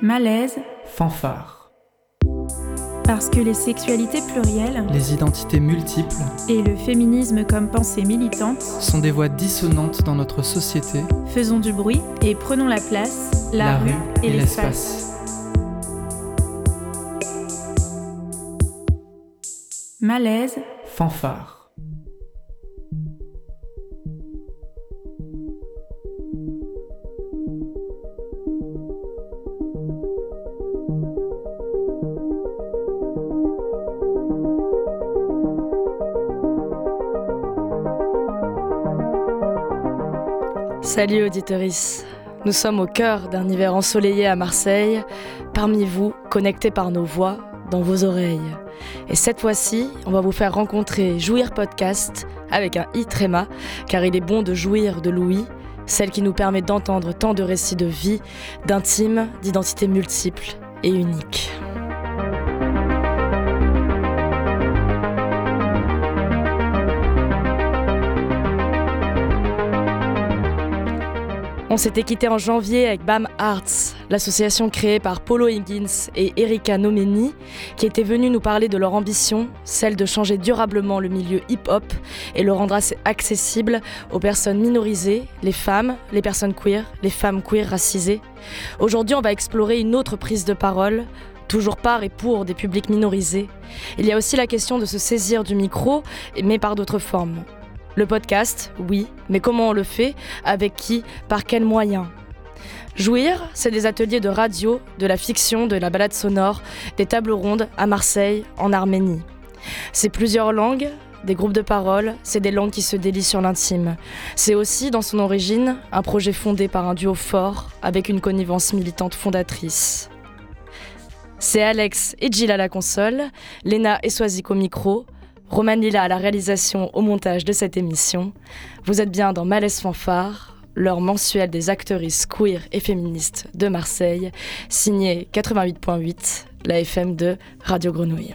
Malaise, fanfare. parce que les sexualités plurielles Les identités multiples et le féminisme comme pensée militante sont des voix dissonantes dans notre société. faisons du bruit et prenons la place, la rue et l'espace. Malaise, Fanfare. Salut auditeurices, nous sommes au cœur d'un hiver ensoleillé à Marseille, parmi vous, connectés par nos voix, dans vos oreilles. Et cette fois-ci, on va vous faire rencontrer Jouir Podcast, avec un i tréma, car il est bon de jouir de l'ouïe, celle qui nous permet d'entendre tant de récits de vie, d'intimes, d'identités multiples et uniques. On s'était quitté en janvier avec BAM Arts, l'association créée par Paulo Higgins et Erika Nomeni, qui étaient venus nous parler de leur ambition, celle de changer durablement le milieu hip-hop et le rendre accessible aux personnes minorisées, les femmes, les personnes queer, les femmes queer racisées. Aujourd'hui, on va explorer une autre prise de parole, toujours par et pour des publics minorisés. Il y a aussi la question de se saisir du micro, mais par d'autres formes. Le podcast, oui, mais comment on le fait? Avec qui? Par quels moyens? Jouir, c'est des ateliers de radio, de la fiction, de la balade sonore, des tables rondes à Marseille, en Arménie. C'est plusieurs langues, des groupes de parole, c'est des langues qui se délient sur l'intime. C'est aussi, dans son origine, un projet fondé par un duo fort, avec une connivence militante fondatrice. C'est Alex et Jill à la console, Léna et Swazik au micro, Roman Lila à la réalisation au montage de cette émission. Vous êtes bien dans Malaise Fanfare, l'heure mensuelle des actrices queer et féministes de Marseille, signé 88.8, la FM de Radio Grenouille.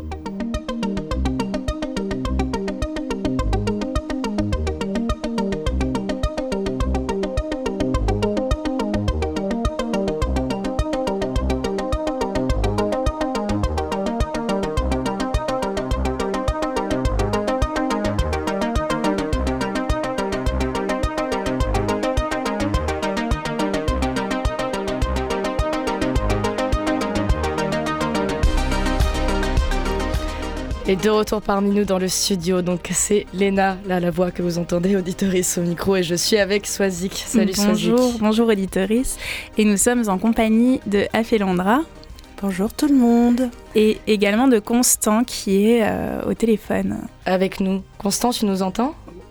Et de retour parmi nous dans le studio, donc c'est Léna, là la voix que vous entendez, auditorice au micro, et je suis avec Swazik. Salut bonjour, Swazik. bonjour auditorice. Et nous sommes en compagnie de Afelandra. Bonjour tout le monde. Et également de Constant qui est au téléphone. Avec nous. Constant, tu nous entends?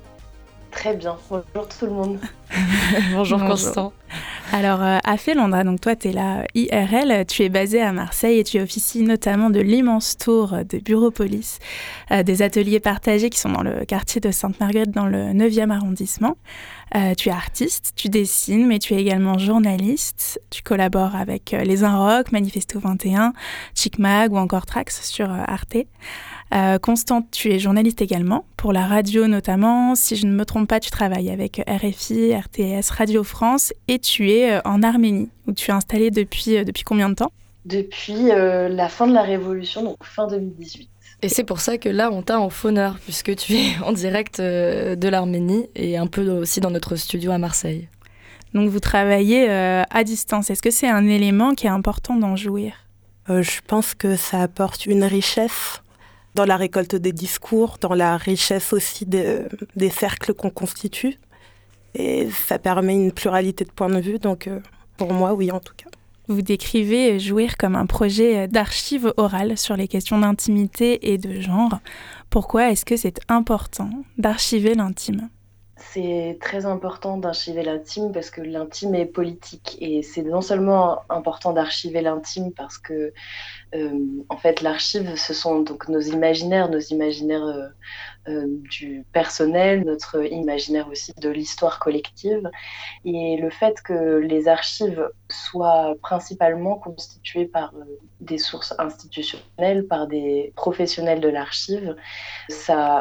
Très bien. Bonjour tout le monde. Bonjour Bonjour. Constant. Alors, Afelandra, donc toi, tu es là IRL, tu es basée à Marseille et tu officies notamment de l'immense tour de Bureaupolis, des ateliers partagés qui sont dans le quartier de Sainte-Marguerite, dans le 9e arrondissement. Tu es artiste, tu dessines, mais tu es également journaliste. Tu collabores avec Les Inrocks, Manifesto 21, Chic Mag ou encore Trax sur Arte. Constante, tu es journaliste également, pour la radio notamment. Si je ne me trompe pas, tu travailles avec RFI, RTS, Radio France et tu es en Arménie, où tu es installée depuis combien de temps? Depuis la fin de la Révolution, donc fin 2018. Et c'est pour ça que là, on t'a en fauneur, puisque tu es en direct de l'Arménie et un peu aussi dans notre studio à Marseille. Donc vous travaillez à distance. Est-ce que c'est un élément qui est important d'en jouir? Je pense que ça apporte une richesse dans la récolte des discours, dans la richesse aussi des cercles qu'on constitue. Et ça permet une pluralité de points de vue, donc pour moi, oui, en tout cas. Vous décrivez Jouir comme un projet d'archives orales sur les questions d'intimité et de genre. Pourquoi est-ce que c'est important d'archiver l'intime? C'est très important d'archiver l'intime parce que l'intime est politique. Et c'est non seulement important d'archiver l'intime parce que, en fait, l'archive, ce sont donc nos imaginaires du personnel, notre imaginaire aussi de l'histoire collective. Et le fait que les archives soient principalement constituées par des sources institutionnelles, par des professionnels de l'archive, ça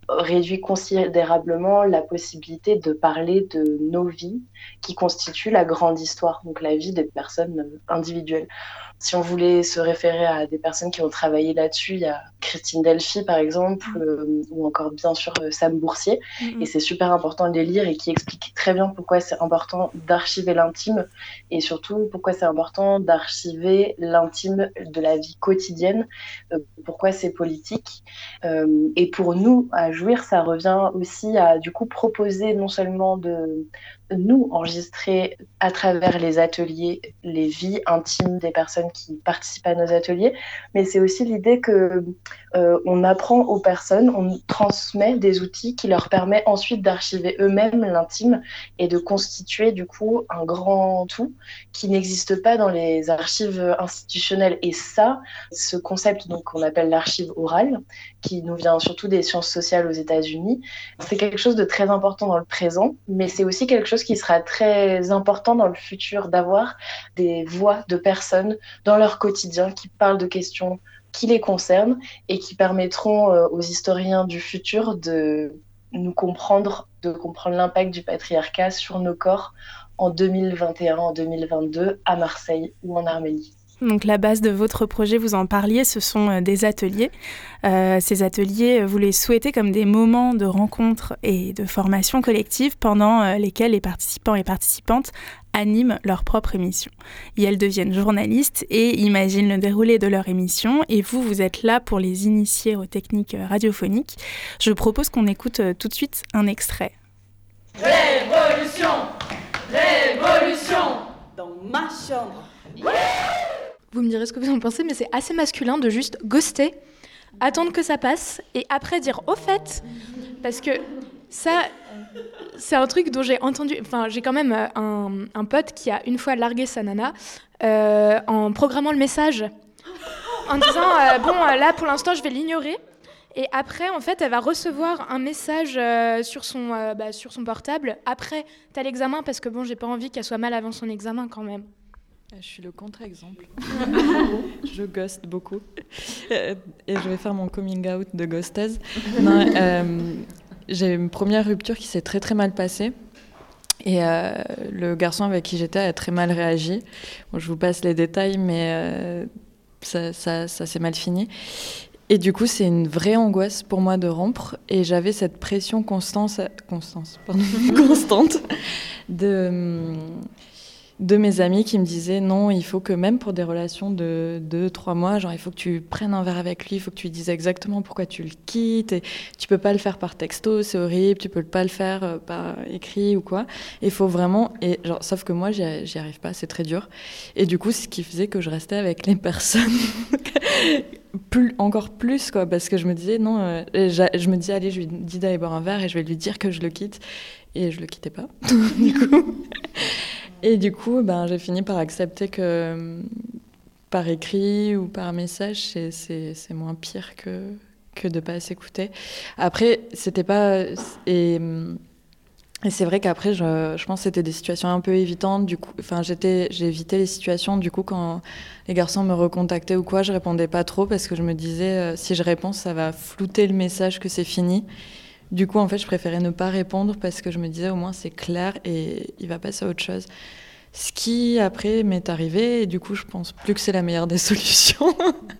réduit considérablement la possibilité de parler de nos vies qui constituent la grande histoire, donc la vie des personnes individuelles. Si on voulait se référer à des personnes qui ont travaillé là-dessus, il y a Christine Delphi, par exemple, ou encore, bien sûr, Sam Boursier. Et c'est super important de les lire et qui expliquent très bien pourquoi c'est important d'archiver l'intime et surtout pourquoi c'est important d'archiver l'intime de la vie quotidienne, pourquoi c'est politique. Et pour nous, à Jouir, ça revient aussi à, du coup, proposer non seulement de nous enregistrer à travers les ateliers les vies intimes des personnes qui participent à nos ateliers, mais c'est aussi l'idée que on apprend aux personnes, on transmet des outils qui leur permettent ensuite d'archiver eux-mêmes l'intime et de constituer du coup un grand tout qui n'existe pas dans les archives institutionnelles. Et ça, ce concept donc qu'on appelle l'archive orale, qui nous vient surtout des sciences sociales aux États-Unis, c'est quelque chose de très important dans le présent, mais c'est aussi quelque chose qui sera très important dans le futur, d'avoir des voix de personnes dans leur quotidien qui parlent de questions qui les concernent et qui permettront aux historiens du futur de nous comprendre, de comprendre l'impact du patriarcat sur nos corps en 2021, en 2022, à Marseille ou en Arménie. Donc la base de votre projet, vous en parliez, ce sont des ateliers. Ces ateliers, vous les souhaitez comme des moments de rencontre et de formation collective pendant lesquels les participants et participantes animent leur propre émission. Et elles deviennent journalistes et imaginent le déroulé de leur émission. Et vous, vous êtes là pour les initier aux techniques radiophoniques. Je propose qu'on écoute tout de suite un extrait. Révolution! Révolution! Dans ma chambre. Vous me direz ce que vous en pensez, mais c'est assez masculin de juste ghoster, attendre que ça passe, et après dire « au fait », parce que ça, c'est un truc dont j'ai entendu... Enfin, j'ai quand même un pote qui a une fois largué sa nana en programmant le message, en disant « bon, là, pour l'instant, je vais l'ignorer ». Et après, en fait, elle va recevoir un message sur son portable. Après, t'as l'examen, parce que bon, j'ai pas envie qu'elle soit mal avant son examen quand même. Je suis le contre-exemple. Je ghoste beaucoup. Et je vais faire mon coming out de ghosteuse. Non, j'ai une première rupture qui s'est très très mal passée. Et le garçon avec qui j'étais a très mal réagi. Bon, je vous passe les détails, mais ça s'est mal fini. Et du coup, c'est une vraie angoisse pour moi de rompre. Et j'avais cette pression constante de mes amis qui me disaient non, il faut que même pour des relations de 2-3 mois, genre il faut que tu prennes un verre avec lui, il faut que tu lui dises exactement pourquoi tu le quittes, et tu peux pas le faire par texto, c'est horrible, tu peux pas le faire par écrit ou quoi. Il faut vraiment, et genre, sauf que moi j'y arrive pas, c'est très dur. Et du coup, ce qui faisait que je restais avec les personnes encore plus, quoi, parce que je me disais non, je me disais allez, je lui dis d'aller boire un verre et je vais lui dire que je le quitte, et je le quittais pas. Du coup. Et du coup, j'ai fini par accepter que par écrit ou par message, c'est moins pire que de pas s'écouter. Après, c'était pas... Et c'est vrai qu'après, je pense que c'était des situations un peu évitantes. Du coup, j'ai évité les situations. Du coup, quand les garçons me recontactaient ou quoi, je répondais pas trop parce que je me disais, si je réponds, ça va flouter le message que c'est fini. Du coup, en fait, je préférais ne pas répondre parce que je me disais au moins c'est clair et il va passer à autre chose. Ce qui, après, m'est arrivé et du coup, je pense plus que c'est la meilleure des solutions.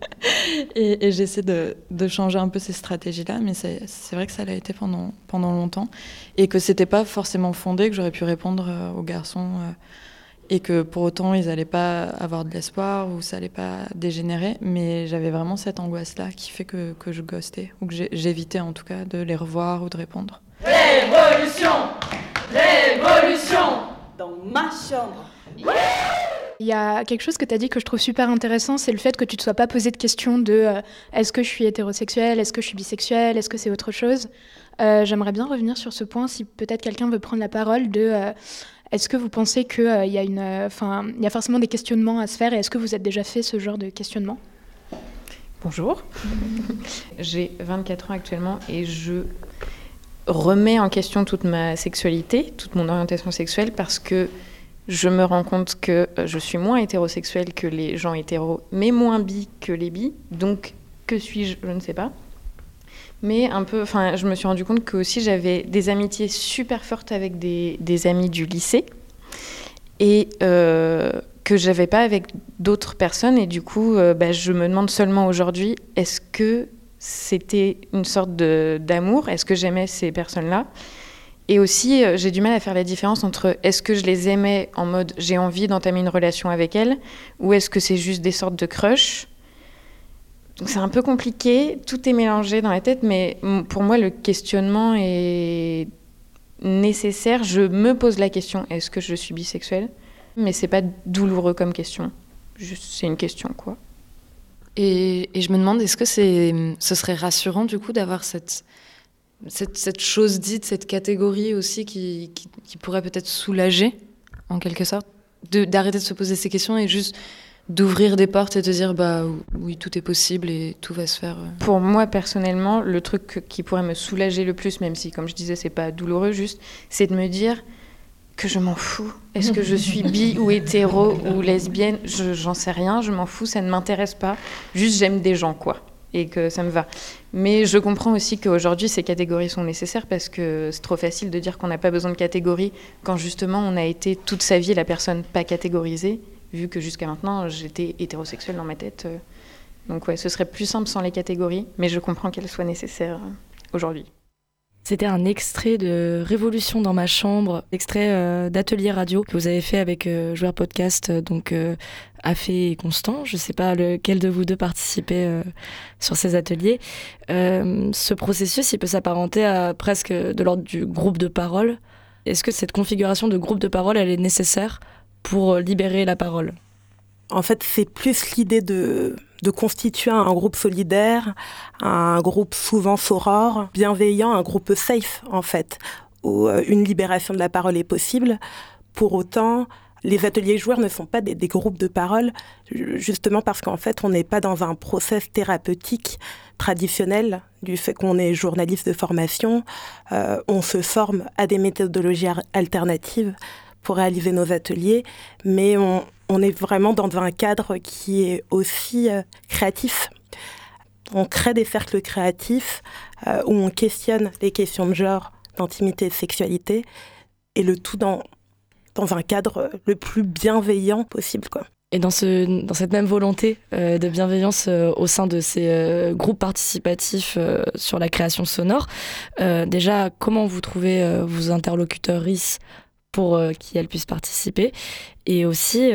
et j'essaie de changer un peu ces stratégies-là, mais c'est vrai que ça l'a été pendant longtemps et que c'était pas forcément fondé, que j'aurais pu répondre aux garçons et que pour autant, ils n'allaient pas avoir de l'espoir ou ça n'allait pas dégénérer. Mais j'avais vraiment cette angoisse-là qui fait que je ghostais, ou que j'évitais en tout cas de les revoir ou de répondre. Révolution! Révolution! Dans ma chambre. Il y a quelque chose que tu as dit que je trouve super intéressant, c'est le fait que tu ne te sois pas posé de questions de est-ce que je suis hétérosexuelle, est-ce que je suis bisexuelle, est-ce que c'est autre chose. J'aimerais bien revenir sur ce point, si peut-être quelqu'un veut prendre la parole, de... Est-ce que vous pensez qu'il y a forcément des questionnements à se faire et est-ce que vous êtes déjà fait ce genre de questionnement ? Bonjour. J'ai 24 ans actuellement et je remets en question toute ma sexualité, toute mon orientation sexuelle parce que je me rends compte que je suis moins hétérosexuelle que les gens hétéros, mais moins bi que les bi. Donc, que suis-je ? Je ne sais pas. Mais un peu, je me suis rendu compte que aussi j'avais des amitiés super fortes avec des amis du lycée et que j'avais pas avec d'autres personnes. Et du coup, je me demande seulement aujourd'hui, est-ce que c'était une sorte d'amour ? Est-ce que j'aimais ces personnes-là ? Et aussi, j'ai du mal à faire la différence entre est-ce que je les aimais en mode j'ai envie d'entamer une relation avec elles ou est-ce que c'est juste des sortes de crush. Donc c'est un peu compliqué, tout est mélangé dans la tête, mais pour moi, le questionnement est nécessaire. Je me pose la question, est-ce que je suis bisexuelle ? Mais c'est pas douloureux comme question, juste c'est une question, quoi. Et je me demande, est-ce que ce serait rassurant du coup d'avoir cette chose dite, cette catégorie aussi qui pourrait peut-être soulager, en quelque sorte, d'arrêter de se poser ces questions et juste d'ouvrir des portes et de dire oui, tout est possible et tout va se faire. Pour moi, personnellement, le truc qui pourrait me soulager le plus, même si, comme je disais, c'est pas douloureux juste, c'est de me dire que je m'en fous. Est-ce que je suis bi ou hétéro ou lesbienne ? J'en sais rien, je m'en fous, ça ne m'intéresse pas. Juste, j'aime des gens, quoi. Et que ça me va. Mais je comprends aussi qu'aujourd'hui, ces catégories sont nécessaires parce que c'est trop facile de dire qu'on n'a pas besoin de catégories quand justement on a été toute sa vie la personne pas catégorisée, vu que jusqu'à maintenant, j'étais hétérosexuelle dans ma tête. Donc ouais, ce serait plus simple sans les catégories, mais je comprends qu'elles soient nécessaires aujourd'hui. C'était un extrait de Révolution dans ma chambre, extrait d'Atelier Radio que vous avez fait avec Joueur Podcast, donc Afé et Constant. Je ne sais pas lequel de vous deux participait sur ces ateliers. Ce processus, il peut s'apparenter à presque de l'ordre du groupe de parole. Est-ce que cette configuration de groupe de parole, elle est nécessaire pour libérer la parole ? En fait, c'est plus l'idée de constituer un groupe solidaire, un groupe souvent sorore, bienveillant, un groupe safe, en fait, où une libération de la parole est possible. Pour autant, les ateliers joueurs ne sont pas des groupes de parole, justement parce qu'en fait, on n'est pas dans un process thérapeutique traditionnel du fait qu'on est journaliste de formation. On se forme à des méthodologies alternatives pour réaliser nos ateliers, mais on est vraiment dans un cadre qui est aussi créatif. On crée des cercles créatifs où on questionne les questions de genre, d'intimité et de sexualité, et le tout dans un cadre le plus bienveillant possible, quoi. Et dans cette même volonté de bienveillance au sein de ces groupes participatifs sur la création sonore, déjà, comment vous trouvez vos interlocutrices pour qu'elles puissent participer, et aussi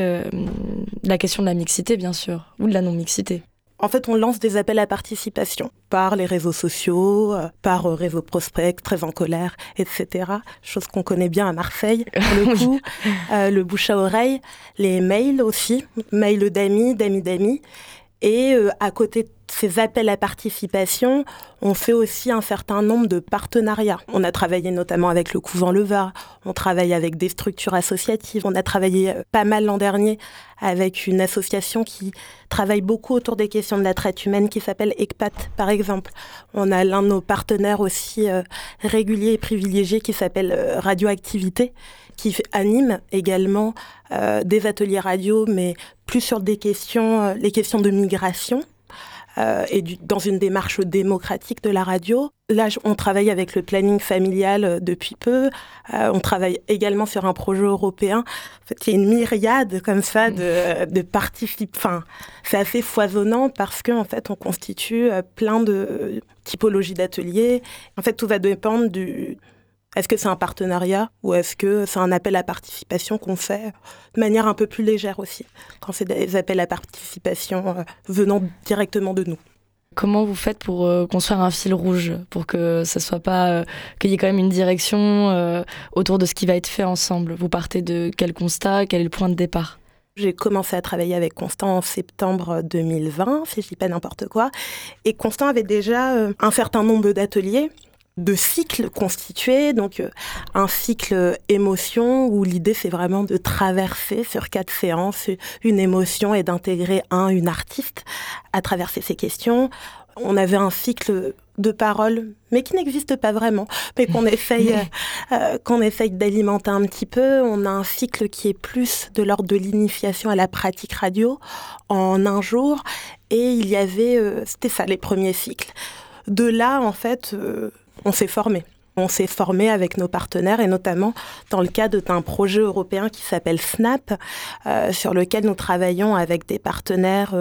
la question de la mixité, bien sûr, ou de la non-mixité. En fait, on lance des appels à participation par les réseaux sociaux, par Réseau Prospect, Très en colère, etc. Chose qu'on connaît bien à Marseille, pour le coup. Le bouche à oreille, les mails aussi, mails d'amis. Et à côté de ces appels à participation, on fait aussi un certain nombre de partenariats. On a travaillé notamment avec le Couvent Le Var, on travaille avec des structures associatives, on a travaillé pas mal l'an dernier avec une association qui travaille beaucoup autour des questions de la traite humaine qui s'appelle ECPAT, par exemple. On a l'un de nos partenaires aussi réguliers et privilégiés qui s'appelle Radioactivité, qui anime également des ateliers radio, mais plus sur les questions de migration et dans une démarche démocratique de la radio. Là, on travaille avec le planning familial depuis peu. On travaille également sur un projet européen. En fait, il y a une myriade comme ça de participants. Enfin, c'est assez foisonnant parce qu'en fait, on constitue plein de typologies d'ateliers. En fait, tout va dépendre est-ce que c'est un partenariat ou est-ce que c'est un appel à participation qu'on fait de manière un peu plus légère aussi, quand c'est des appels à participation venant directement de nous. Comment vous faites pour construire un fil rouge, pour que ça soit pas qu'il y ait quand même une direction autour de ce qui va être fait ensemble ? Vous partez de quel constat ? Quel est le point de départ ? J'ai commencé à travailler avec Constant en septembre 2020, si je dis pas n'importe quoi. Et Constant avait déjà un certain nombre d'ateliers, de cycles constitués, donc un cycle émotion où l'idée c'est vraiment de traverser sur 4 séances une émotion et d'intégrer une artiste à traverser ces questions. On avait un cycle de parole, mais qui n'existe pas vraiment, mais qu'on essaye d'alimenter un petit peu. On a un cycle qui est plus de l'ordre de l'initiation à la pratique radio en un jour, et il y avait, c'était ça les premiers cycles. de là, en fait, on s'est formé. On s'est formé avec nos partenaires et notamment dans le cadre d'un projet européen qui s'appelle SNAP, sur lequel nous travaillons avec des partenaires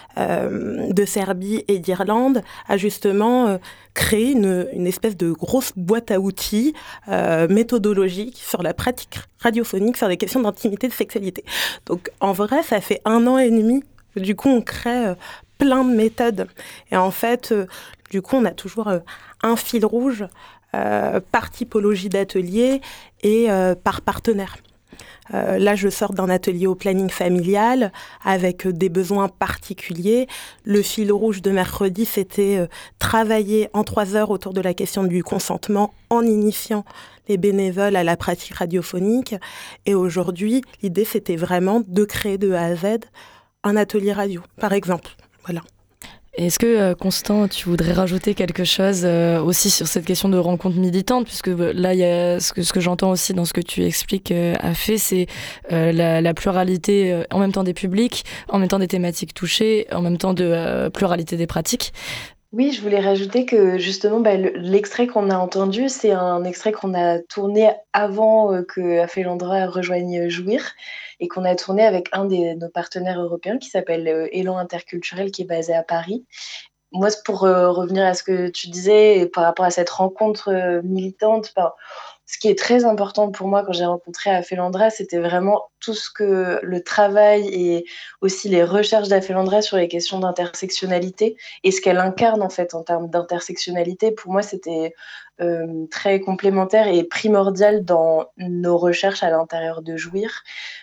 de Serbie et d'Irlande, à justement créer une espèce de grosse boîte à outils méthodologique sur la pratique radiophonique, sur des questions d'intimité et de sexualité. Donc en vrai, ça fait 1 an et demi. Du coup, on crée plein de méthodes. Et en fait, du coup, on a toujours un fil rouge par typologie d'atelier et par partenaire. Là, je sors d'un atelier au planning familial avec des besoins particuliers. Le fil rouge de mercredi, c'était travailler en 3 heures autour de la question du consentement en initiant les bénévoles à la pratique radiophonique. Et aujourd'hui, l'idée, c'était vraiment de créer de A à Z un atelier radio, par exemple. Voilà. Est-ce que, Constant, tu voudrais rajouter quelque chose aussi sur cette question de rencontre militante, puisque là, il y a ce que j'entends aussi dans ce que tu expliques c'est la pluralité en même temps des publics, en même temps des thématiques touchées, en même temps de pluralité des pratiques. Oui, je voulais rajouter que justement, l'extrait qu'on a entendu, c'est un extrait qu'on a tourné avant que Afelandra rejoigne Jouir et qu'on a tourné avec un de nos partenaires européens qui s'appelle Élan Interculturel, qui est basé à Paris. Moi, pour revenir à ce que tu disais par rapport à cette rencontre militante, ce qui est très important pour moi quand j'ai rencontré Afelandra, c'était vraiment tout ce que le travail et aussi les recherches d'Afelandra sur les questions d'intersectionnalité et ce qu'elle incarne en fait en termes d'intersectionnalité. Pour moi, c'était très complémentaire et primordial dans nos recherches à l'intérieur de Jouir.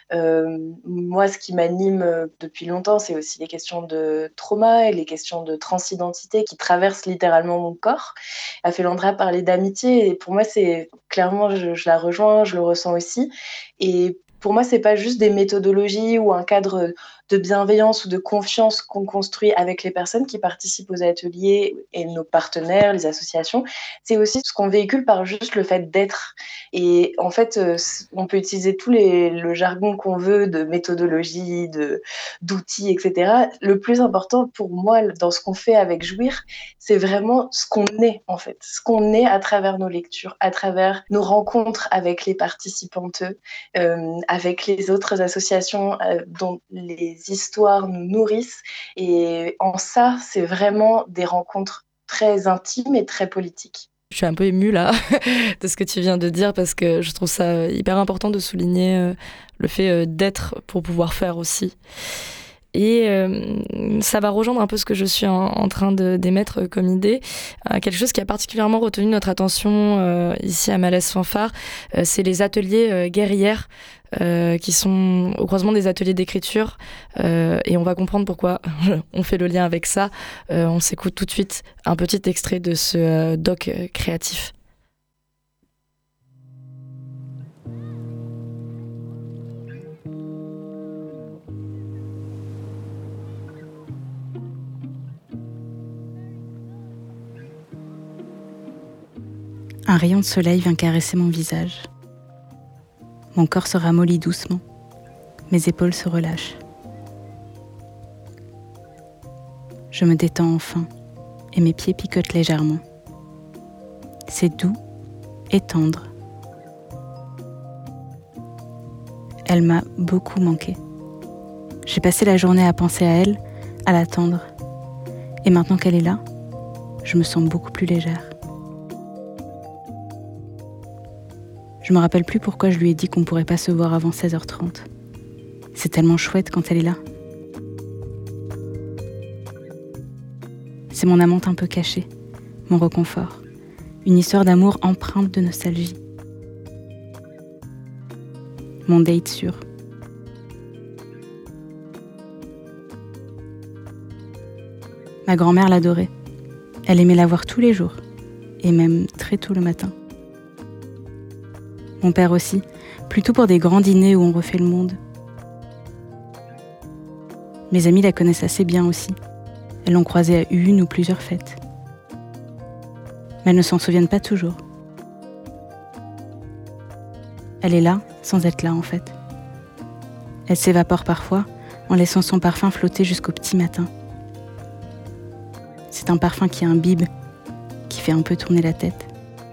Moi, ce qui m'anime depuis longtemps, c'est aussi les questions de trauma et les questions de transidentité qui traversent littéralement mon corps. Afelandra parlait d'amitié et pour moi, c'est clairement, je la rejoins, je le ressens aussi. Et pour moi, c'est pas juste des méthodologies ou un cadre de bienveillance ou de confiance qu'on construit avec les personnes qui participent aux ateliers et nos partenaires, les associations. C'est aussi ce qu'on véhicule par juste le fait d'être. Et en fait, on peut utiliser le jargon qu'on veut de méthodologie, d'outils, etc. Le plus important pour moi dans ce qu'on fait avec Jouir, c'est vraiment ce qu'on est en fait. Ce qu'on est à travers nos lectures, à travers nos rencontres avec les participantes, avec les autres associations dont les histoires nous nourrissent. Et en ça, c'est vraiment des rencontres très intimes et très politiques. Je suis un peu émue là de ce que tu viens de dire parce que je trouve ça hyper important de souligner le fait d'être pour pouvoir faire aussi. Et ça va rejoindre un peu ce que je suis en train d'émettre comme idée. Quelque chose qui a particulièrement retenu notre attention ici à Malaise Fanfare, c'est les ateliers guerrières qui sont au croisement des ateliers d'écriture. Et on va comprendre pourquoi on fait le lien avec ça. On s'écoute tout de suite un petit extrait de ce doc créatif. Un rayon de soleil vient caresser mon visage. Mon corps se ramollit doucement. Mes épaules se relâchent. Je me détends enfin et mes pieds picotent légèrement. C'est doux et tendre. Elle m'a beaucoup manqué. J'ai passé la journée à penser à elle, à l'attendre. Et maintenant qu'elle est là, je me sens beaucoup plus légère. Je me rappelle plus pourquoi je lui ai dit qu'on pourrait pas se voir avant 16h30. C'est tellement chouette quand elle est là. C'est mon amante un peu cachée, mon réconfort. Une histoire d'amour empreinte de nostalgie. Mon date sûr. Ma grand-mère l'adorait. Elle aimait la voir tous les jours, et même très tôt le matin. Mon père aussi, plutôt pour des grands dîners où on refait le monde. Mes amies la connaissent assez bien aussi. Elles l'ont croisée à une ou plusieurs fêtes. Mais elles ne s'en souviennent pas toujours. Elle est là, sans être là en fait. Elle s'évapore parfois, en laissant son parfum flotter jusqu'au petit matin. C'est un parfum qui imbibe, fait un peu tourner la tête.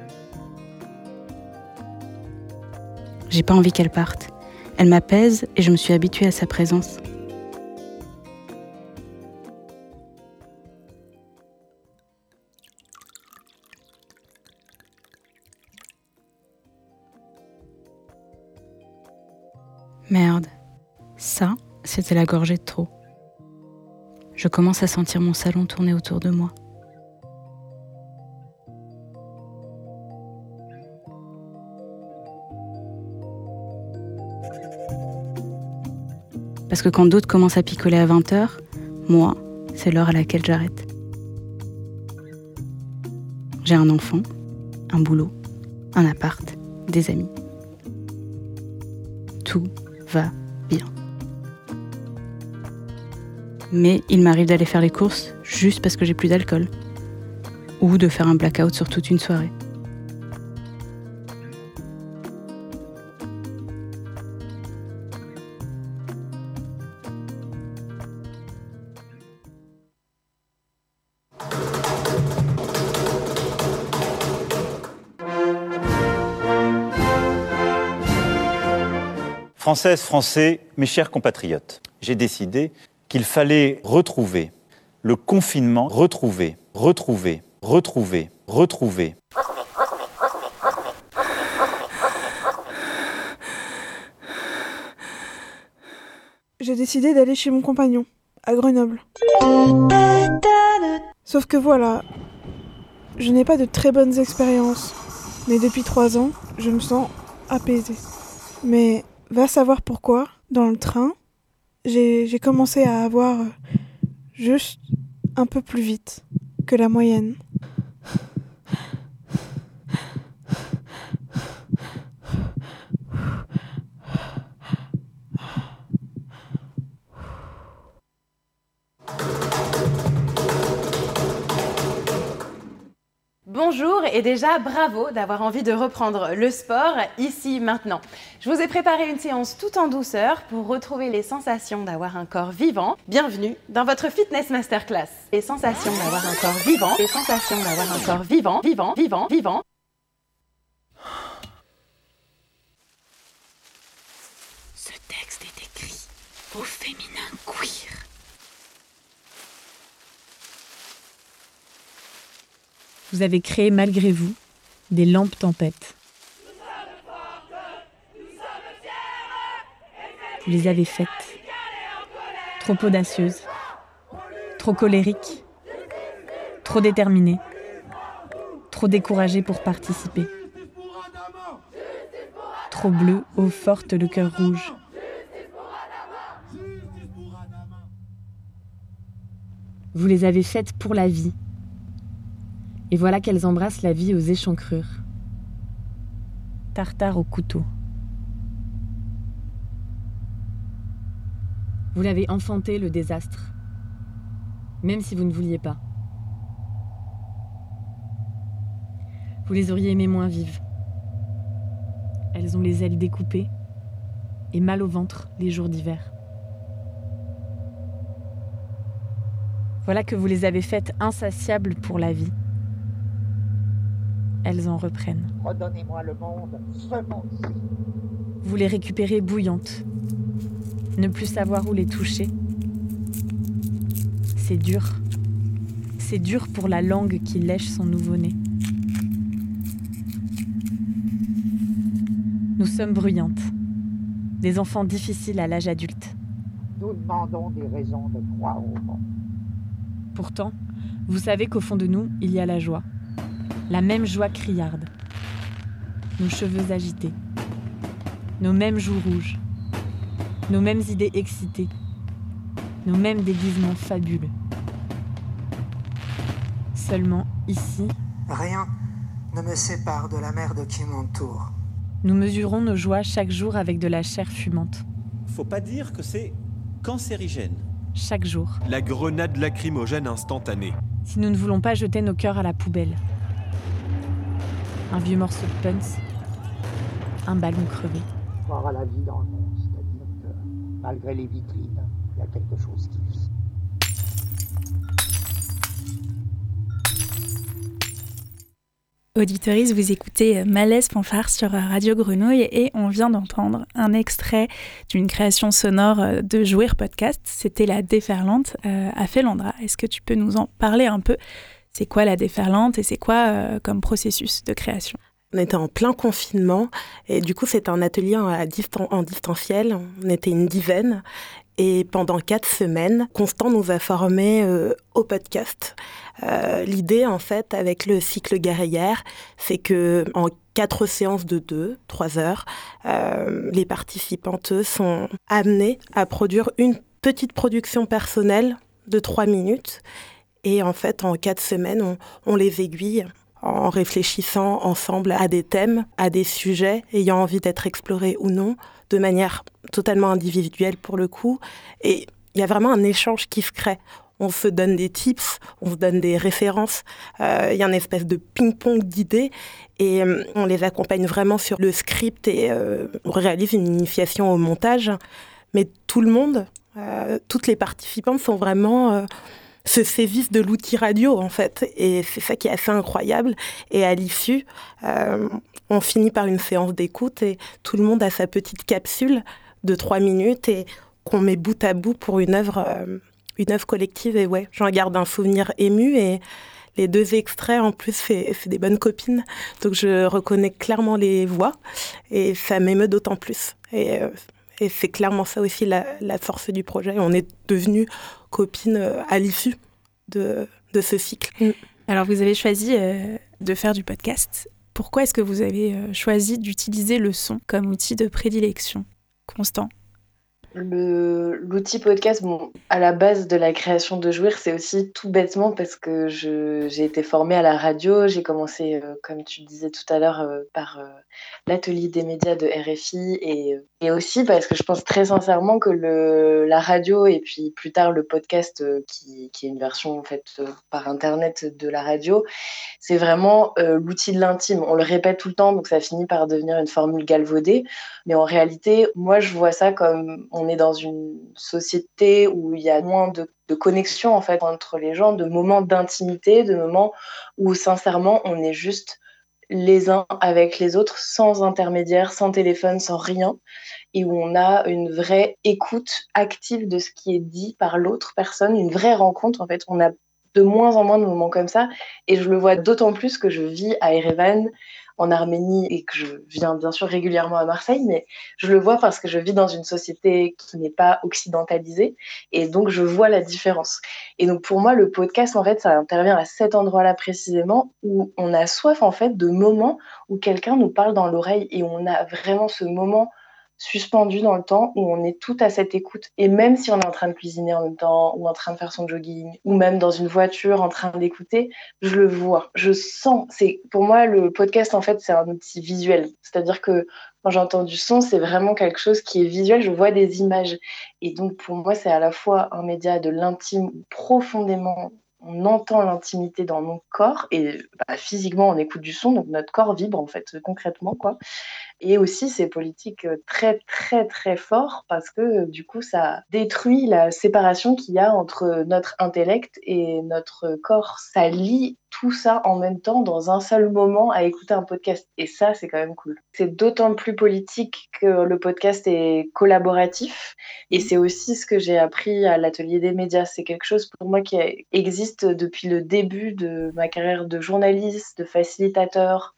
J'ai pas envie qu'elle parte. Elle m'apaise et je me suis habituée à sa présence. Merde, ça, c'était la gorgée de trop. Je commence à sentir mon salon tourner autour de moi. Parce que quand d'autres commencent à picoler à 20h, moi, c'est l'heure à laquelle j'arrête. J'ai un enfant, un boulot, un appart, des amis. Tout va bien. Mais il m'arrive d'aller faire les courses juste parce que j'ai plus d'alcool. Ou de faire un blackout sur toute une soirée. Françaises, Français, mes chers compatriotes, j'ai décidé qu'il fallait retrouver le confinement, retrouver. J'ai décidé d'aller chez mon compagnon, à Grenoble. Sauf que voilà, je n'ai pas de très bonnes expériences, mais depuis 3 ans, je me sens apaisée. Mais va savoir pourquoi, dans le train, j'ai commencé à avoir juste un peu plus vite que la moyenne. Bonjour et déjà bravo d'avoir envie de reprendre le sport ici maintenant. Je vous ai préparé une séance tout en douceur pour retrouver les sensations d'avoir un corps vivant. Bienvenue dans votre fitness masterclass. Les sensations d'avoir un corps vivant, les sensations d'avoir un corps vivant. Ce texte est écrit au féminin queer. Vous avez créé malgré vous des lampes tempêtes. Vous les avez faites. Trop audacieuses, trop colériques, trop déterminées, trop découragées pour participer. Trop bleues, eau forte, le cœur rouge. Vous les avez faites pour la vie. Et voilà qu'elles embrassent la vie aux échancrures. Tartare au couteau. Vous l'avez enfanté, le désastre. Même si vous ne vouliez pas. Vous les auriez aimées moins vives. Elles ont les ailes découpées et mal au ventre les jours d'hiver. Voilà que vous les avez faites insatiables pour la vie. Elles en reprennent. Redonnez-moi le monde, ce monde-ci. Vous les récupérez bouillantes. Ne plus savoir où les toucher. C'est dur. C'est dur pour la langue qui lèche son nouveau-né. Nous sommes bruyantes. Des enfants difficiles à l'âge adulte. Nous demandons des raisons de croire au monde. Pourtant, vous savez qu'au fond de nous, il y a la joie. La même joie criarde. Nos cheveux agités. Nos mêmes joues rouges. Nos mêmes idées excitées. Nos mêmes déguisements fabuleux. Seulement, ici... Rien ne me sépare de la merde qui m'entoure. Nous mesurons nos joies chaque jour avec de la chair fumante. Faut pas dire que c'est cancérigène. Chaque jour. La grenade lacrymogène instantanée. Si nous ne voulons pas jeter nos cœurs à la poubelle. Un vieux morceau de punch, un ballon crevé. Croire à la vie dans le monde, c'est-à-dire que malgré les vitrines, il y a quelque chose qui vit. Auditoris, vous écoutez Malaise Fanfare sur Radio Grenouille et on vient d'entendre un extrait d'une création sonore de Jouir Podcast. C'était La Déferlante à Félandra. Est-ce que tu peux nous en parler un peu ? C'est quoi La Déferlante et c'est quoi comme processus de création ? On était en plein confinement et du coup c'était un atelier en distanciel. On était une dizaine. Et pendant 4 semaines, Constant nous a formés au podcast. L'idée, en fait, avec le cycle guerrière, c'est que en 4 séances de 2-3 heures, les participantes sont amenées à produire une petite production personnelle de 3 minutes. Et en fait, en 4 semaines, on les aiguille en réfléchissant ensemble à des thèmes, à des sujets ayant envie d'être explorés ou non, de manière totalement individuelle pour le coup. Et il y a vraiment un échange qui se crée. On se donne des tips, on se donne des références. Il y a une espèce de ping-pong d'idées et on les accompagne vraiment sur le script et on réalise une initiation au montage. Mais tout le monde, toutes les participantes sont vraiment... se saisissent de l'outil radio, en fait. Et c'est ça qui est assez incroyable. Et à l'issue, on finit par une séance d'écoute et tout le monde a sa petite capsule de 3 minutes et qu'on met bout à bout pour une œuvre collective. Et ouais, j'en garde un souvenir ému et les 2 extraits, en plus, c'est des bonnes copines. Donc je reconnais clairement les voix et ça m'émeut d'autant plus. Et c'est clairement ça aussi la force du projet. On est devenus copines à l'issue de ce cycle. Alors vous avez choisi de faire du podcast. Pourquoi est-ce que vous avez choisi d'utiliser le son comme outil de prédilection ? Constant ? L'outil podcast, bon, à la base de la création de Jouir, c'est aussi tout bêtement parce que j'ai été formée à la radio. J'ai commencé, comme tu disais tout à l'heure, par l'atelier des médias de RFI et aussi parce que je pense très sincèrement que la radio et puis plus tard le podcast, qui est une version en fait par Internet de la radio, c'est vraiment l'outil de l'intime. On le répète tout le temps, donc ça finit par devenir une formule galvaudée. Mais en réalité, moi, je vois ça comme on est dans une société où il y a moins de connexion en fait entre les gens, de moments d'intimité, de moments où sincèrement on est juste les uns avec les autres, sans intermédiaire, sans téléphone, sans rien, et où on a une vraie écoute active de ce qui est dit par l'autre personne, une vraie rencontre en fait. On a de moins en moins de moments comme ça, et je le vois d'autant plus que je vis à Erevan, en Arménie, et que je viens bien sûr régulièrement à Marseille, mais je le vois parce que je vis dans une société qui n'est pas occidentalisée, et donc je vois la différence. Et donc pour moi, le podcast, en fait, ça intervient à cet endroit-là précisément, où on a soif, en fait, de moments où quelqu'un nous parle dans l'oreille, et on a vraiment ce moment suspendu dans le temps où on est tout à cette écoute. Et même si on est en train de cuisiner en même temps, ou en train de faire son jogging, ou même dans une voiture en train d'écouter, je le vois, je sens. Pour moi, le podcast, en fait, c'est un outil visuel. C'est-à-dire que quand j'entends du son, c'est vraiment quelque chose qui est visuel, je vois des images. Et donc, pour moi, c'est à la fois un média de l'intime où profondément on entend l'intimité dans mon corps et physiquement on écoute du son, donc notre corps vibre en fait concrètement quoi. Et aussi c'est politique très très très fort parce que du coup ça détruit la séparation qu'il y a entre notre intellect et notre corps. Ça lie tout ça en même temps dans un seul moment à écouter un podcast et ça c'est quand même cool. C'est d'autant plus politique que le podcast est collaboratif et c'est aussi ce que j'ai appris à l'atelier des médias. C'est quelque chose pour moi qui existe depuis le début de ma carrière de journaliste, de facilitateur,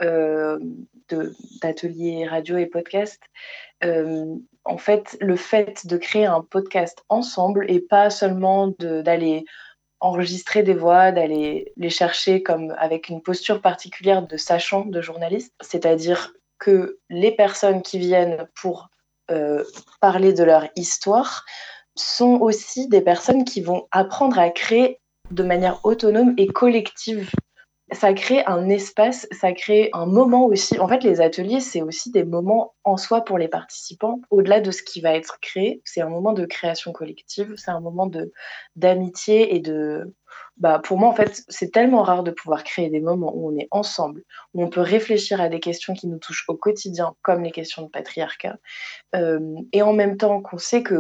d'ateliers radio et podcast. En fait, le fait de créer un podcast ensemble et pas seulement d'aller enregistrer des voix, d'aller les chercher comme avec une posture particulière de sachant, de journaliste, c'est-à-dire que les personnes qui viennent pour parler de leur histoire sont aussi des personnes qui vont apprendre à créer de manière autonome et collective. Ça crée un espace, ça crée un moment aussi. En fait, les ateliers, c'est aussi des moments en soi pour les participants. Au-delà de ce qui va être créé, c'est un moment de création collective, c'est un moment d'amitié et de... pour moi, en fait, c'est tellement rare de pouvoir créer des moments où on est ensemble, où on peut réfléchir à des questions qui nous touchent au quotidien, comme les questions de patriarcat. Et en même temps qu'on sait que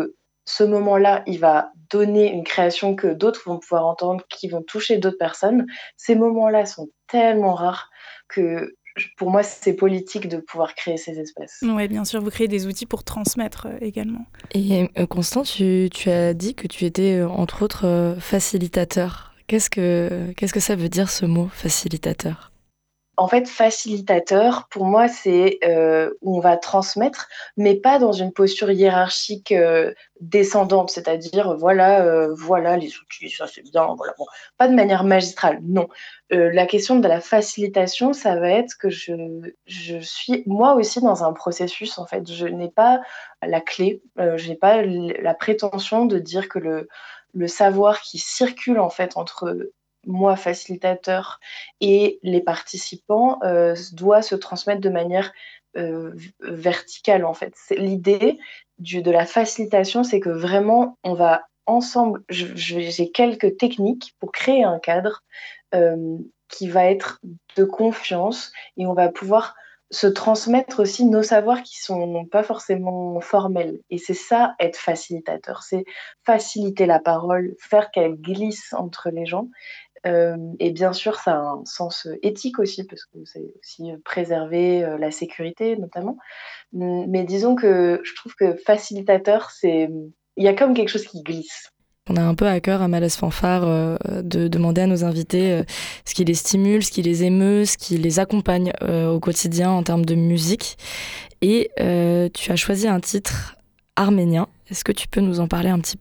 ce moment-là, il va donner une création que d'autres vont pouvoir entendre, qui vont toucher d'autres personnes. Ces moments-là sont tellement rares que pour moi, c'est politique de pouvoir créer ces espaces. Oui, bien sûr, vous créez des outils pour transmettre également. Et Constant, tu as dit que tu étais entre autres facilitateur. Qu'est-ce que ça veut dire ce mot, facilitateur ? En fait, facilitateur, pour moi, c'est où on va transmettre, mais pas dans une posture hiérarchique descendante, c'est-à-dire voilà les outils, ça c'est bien, voilà. Bon, pas de manière magistrale, non. La question de la facilitation, ça va être que je suis moi aussi dans un processus, en fait. Je n'ai pas la clé, je n'ai pas la prétention de dire que le savoir qui circule en fait entre moi, facilitateur, et les participants, doit se transmettre de manière verticale, en fait. L'idée de la facilitation, c'est que vraiment, on va ensemble... J'ai quelques techniques pour créer un cadre qui va être de confiance, et on va pouvoir se transmettre aussi nos savoirs qui sont pas forcément formels. Et c'est ça, être facilitateur. C'est faciliter la parole, faire qu'elle glisse entre les gens. Et bien sûr, ça a un sens éthique aussi, parce que c'est aussi préserver la sécurité, notamment. Mais disons que je trouve que facilitateur, il y a comme quelque chose qui glisse. On a un peu à cœur à Malaise Fanfare de demander à nos invités ce qui les stimule, ce qui les émeut, ce qui les accompagne au quotidien en termes de musique. Et tu as choisi un titre arménien. Est-ce que tu peux nous en parler un petit peu ?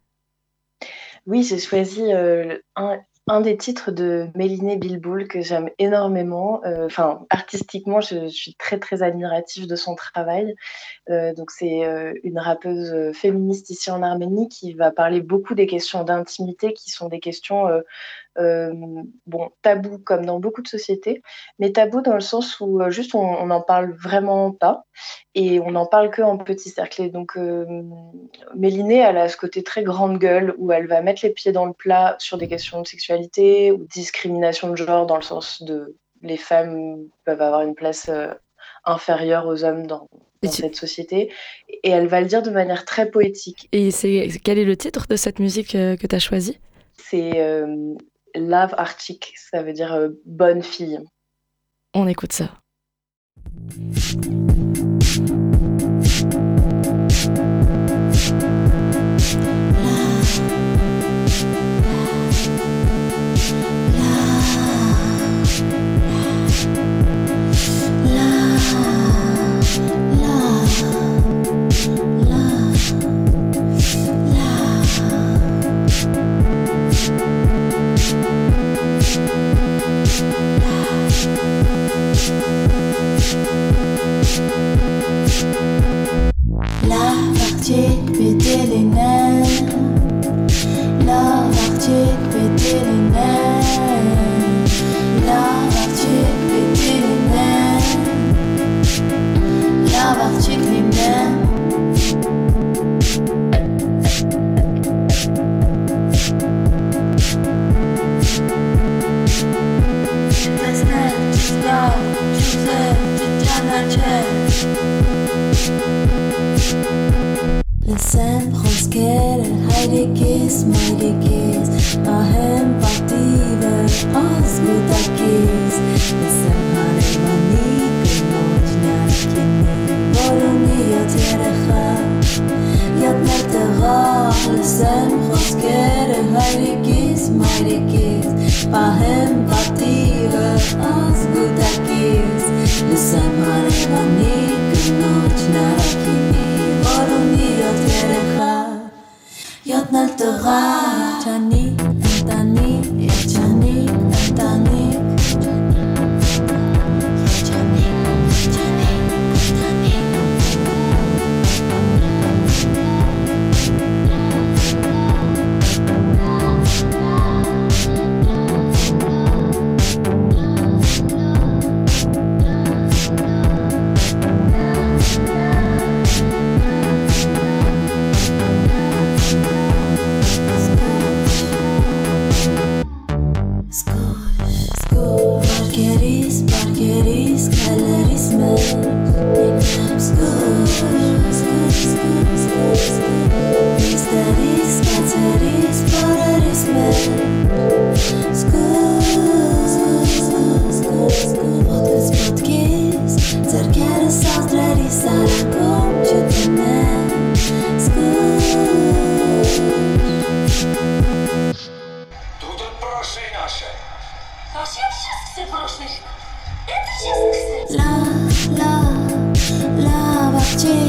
Oui, j'ai choisi un des titres de Mélinée Bilboul que j'aime énormément. Artistiquement, je suis très très admirative de son travail. Donc c'est une rappeuse féministe ici en Arménie qui va parler beaucoup des questions d'intimité, qui sont des questions tabous comme dans beaucoup de sociétés, mais tabous dans le sens où juste on n'en parle vraiment pas et on n'en parle que en petit cercle. Et donc Mélinée, elle a ce côté très grande gueule où elle va mettre les pieds dans le plat sur des questions de sexualité ou de discrimination de genre, dans le sens de les femmes peuvent avoir une place inférieure aux hommes dans cette société, et elle va le dire de manière très poétique. Et quel est le titre de cette musique que tu as choisi ? C'est Love Arctic, ça veut dire bonne fille. On écoute ça.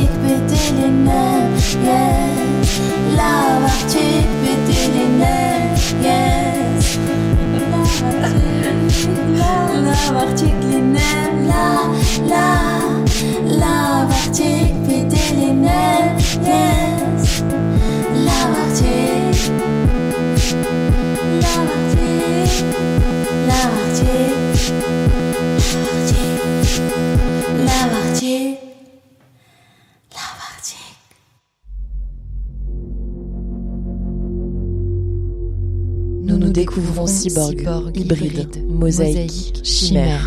péter les nerfs, yes. Lavartique, péter les nerfs, yes. Lavartique, les nerfs, Lavartique, péter les nerfs, yes. Lavartique, Lavartique, Lavartique, Lavartique, Lavartique. Nous nous découvrons cyborg, hybride, mosaïque, chimère.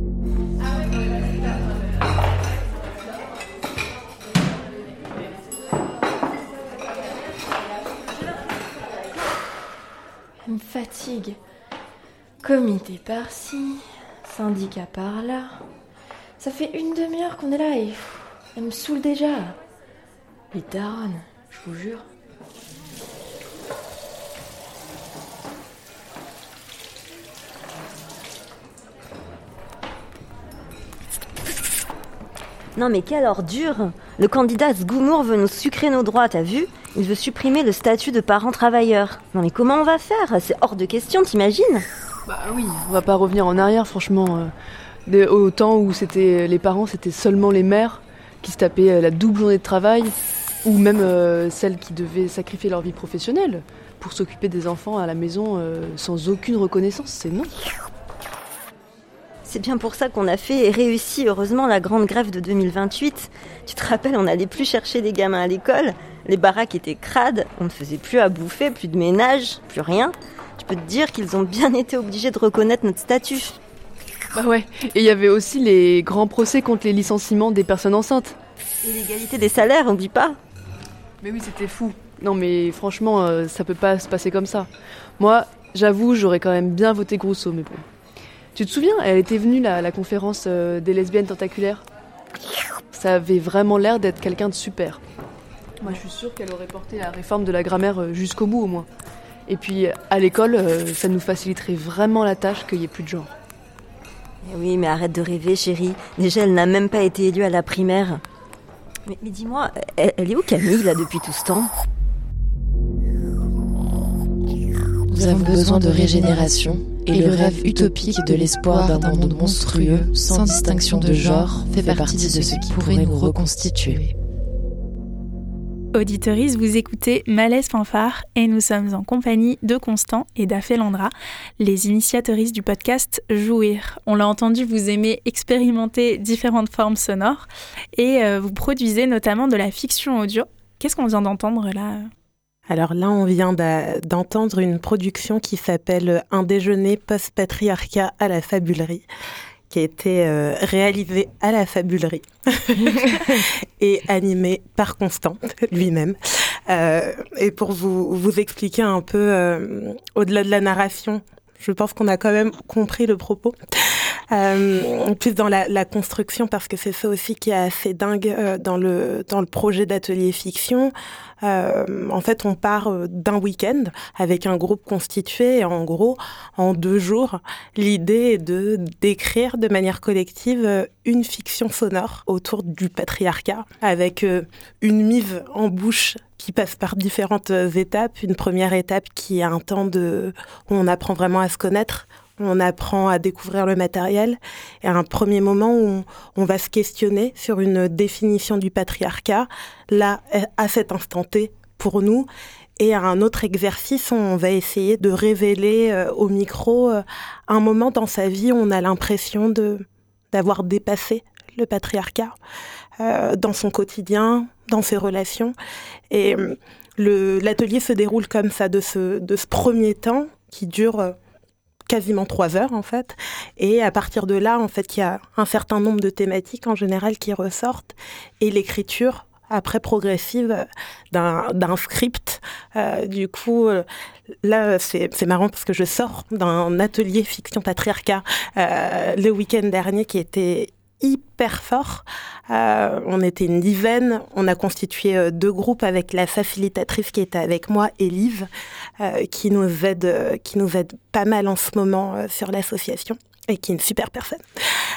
Elle me fatigue. Comité par-ci, syndicat par-là. Ça fait une demi-heure qu'on est là et elle me saoule déjà. Les daronnes, je vous jure. Non mais quelle ordure! Le candidat Zgoumour veut nous sucrer nos droits, t'as vu? Il veut supprimer le statut de parent travailleur. Non mais comment on va faire? C'est hors de question, t'imagines? Bah oui, on va pas revenir en arrière franchement. Au temps où les parents, c'était seulement les mères qui se tapaient la double journée de travail, ou même celles qui devaient sacrifier leur vie professionnelle pour s'occuper des enfants à la maison sans aucune reconnaissance, c'est non. C'est bien pour ça qu'on a fait et réussi, heureusement, la grande grève de 2028. Tu te rappelles, on n'allait plus chercher les gamins à l'école, les baraques étaient crades, on ne faisait plus à bouffer, plus de ménage, plus rien. Je peux te dire qu'ils ont bien été obligés de reconnaître notre statut. Bah ouais, et il y avait aussi les grands procès contre les licenciements des personnes enceintes. Et l'égalité des salaires, on dit pas? Mais oui, c'était fou. Non mais franchement, ça peut pas se passer comme ça. Moi, j'avoue, j'aurais quand même bien voté Grousseau, mais bon. Tu te souviens, elle était venue à la conférence des lesbiennes tentaculaires. Ça avait vraiment l'air d'être quelqu'un de super. Moi, je suis sûre qu'elle aurait porté la réforme de la grammaire jusqu'au bout, au moins. Et puis, à l'école, ça nous faciliterait vraiment la tâche qu'il n'y ait plus de genre. Oui, mais arrête de rêver, chérie. Déjà, elle n'a même pas été élue à la primaire. Mais dis-moi, elle est où Camille, là, depuis tout ce temps? Nous avons besoin de régénération, et le rêve utopique de l'espoir d'un monde monstrueux, sans distinction de genre, fait partie de ce qui pourrait nous reconstituer. Auditeuristes, vous écoutez Malaise Fanfare et nous sommes en compagnie de Constant et d'Afé Landra, les initiateuristes du podcast Jouir. On l'a entendu, vous aimez expérimenter différentes formes sonores et vous produisez notamment de la fiction audio. Qu'est-ce qu'on vient d'entendre là ? Alors là, on vient d'entendre une production qui s'appelle « Un déjeuner post-patriarcat à la fabulerie », qui a été réalisée à la fabulerie et animée par Constant lui-même. Et pour vous expliquer un peu, au-delà de la narration, je pense qu'on a quand même compris le propos. Plus dans la construction, parce que c'est ça aussi qui est assez dingue dans le projet d'atelier fiction. En fait, on part d'un week-end avec un groupe constitué et en gros, en 2 jours, l'idée est de d'écrire de manière collective une fiction sonore autour du patriarcat avec une mise en bouche qui passe par différentes étapes. Une première étape qui est un temps où on apprend vraiment à se connaître, on apprend à découvrir le matériel, et un premier moment où on va se questionner sur une définition du patriarcat, là, à cet instant T, pour nous. Et à un autre exercice, on va essayer de révéler au micro un moment dans sa vie où on a l'impression d'avoir dépassé le patriarcat dans son quotidien, dans ses relations. Et l'atelier se déroule comme ça, de ce premier temps qui dure quasiment 3 heures en fait, et à partir de là en fait il y a un certain nombre de thématiques en général qui ressortent, et l'écriture après progressive d'un script. Du coup là c'est marrant parce que je sors d'un atelier fiction patriarcat le week-end dernier qui était hyper fort. On était une dizaine, on a constitué 2 groupes avec la facilitatrice qui était avec moi, Élise, qui nous aide pas mal en ce moment sur l'association, et qui est une super personne.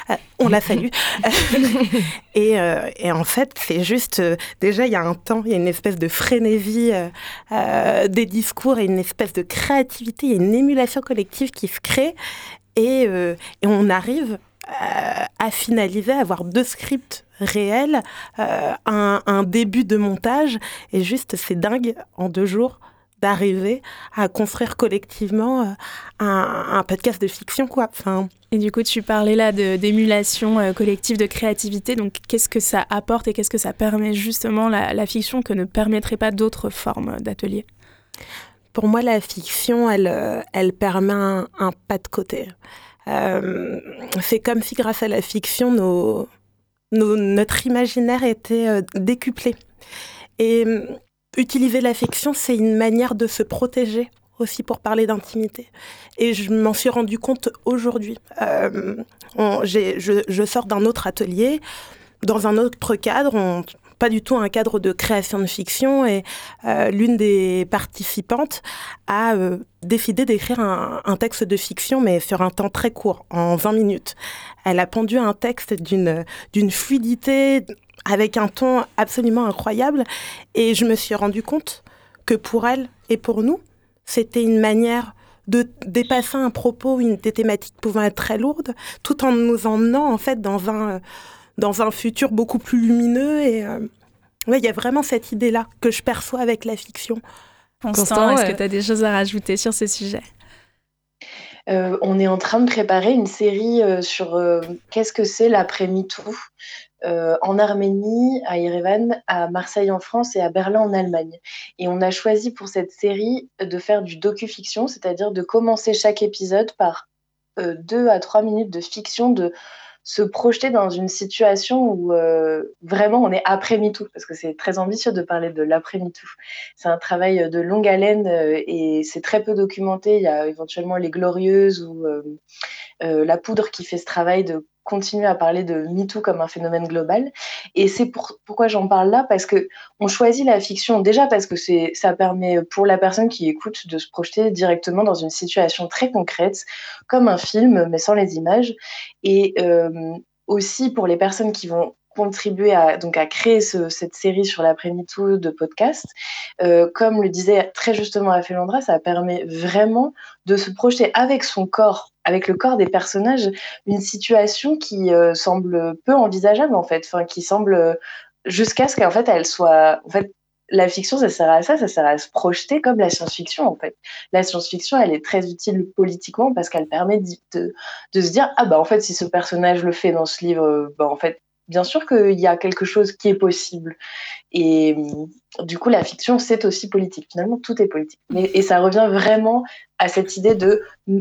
On l'a fallu. Et en fait, c'est juste... déjà, il y a un temps, il y a une espèce de frénésie des discours et une espèce de créativité, il y a une émulation collective qui se crée. Et on arrive à finaliser, à avoir 2 scripts réels, un début de montage. Et juste, c'est dingue, en 2 jours, d'arriver à construire collectivement un podcast de fiction, quoi. Enfin... Et du coup, tu parlais là d'émulation collective, de créativité. Donc, qu'est-ce que ça apporte et qu'est-ce que ça permet justement la fiction que ne permettrait pas d'autres formes d'ateliers ? Pour moi, la fiction, elle permet un pas de côté. C'est comme si, grâce à la fiction, notre imaginaire était décuplé. Et utiliser la fiction, c'est une manière de se protéger aussi pour parler d'intimité. Et je m'en suis rendu compte aujourd'hui. Je sors d'un autre atelier, dans un autre cadre, pas du tout un cadre de création de fiction, et l'une des participantes a décidé d'écrire un texte de fiction, mais sur un temps très court, en 20 minutes. Elle a pondu un texte d'une fluidité, avec un ton absolument incroyable, et je me suis rendu compte que pour elle et pour nous, c'était une manière de dépasser un propos, des thématiques pouvant être très lourdes, tout en nous emmenant en fait dans un futur beaucoup plus lumineux. Et il y a vraiment cette idée-là que je perçois avec la fiction. Constant, est-ce que tu as des choses à rajouter sur ce sujet ? On est en train de préparer une série sur qu'est-ce que c'est l'après-MeToo en Arménie, à Erevan, à Marseille en France et à Berlin en Allemagne. Et on a choisi pour cette série de faire du docu-fiction, c'est-à-dire de commencer chaque épisode par 2 à 3 minutes de fiction, de se projeter dans une situation où vraiment on est après MeToo, parce que c'est très ambitieux de parler de l'après MeToo. C'est un travail de longue haleine et c'est très peu documenté. Il y a éventuellement Les Glorieuses ou La Poudre qui fait ce travail de continuer à parler de MeToo comme un phénomène global. Et c'est pourquoi j'en parle là, parce qu'on choisit la fiction, déjà parce que ça permet pour la personne qui écoute de se projeter directement dans une situation très concrète, comme un film, mais sans les images. Et aussi pour les personnes qui vont contribuer à créer cette série sur l'après-MeToo de podcast. Comme le disait très justement Afelandra, ça permet vraiment de se projeter avec son corps, avec le corps des personnages, une situation qui semble peu envisageable en fait, qui semble jusqu'à ce qu'en fait elle soit... En fait, la fiction, ça sert à ça sert à se projeter comme la science-fiction en fait. La science-fiction, elle est très utile politiquement parce qu'elle permet de se dire « Ah bah en fait, si ce personnage le fait dans ce livre, en fait, bien sûr qu'il y a quelque chose qui est possible. » Et du coup, la fiction, c'est aussi politique. Finalement, tout est politique. Et ça revient vraiment à cette idée de...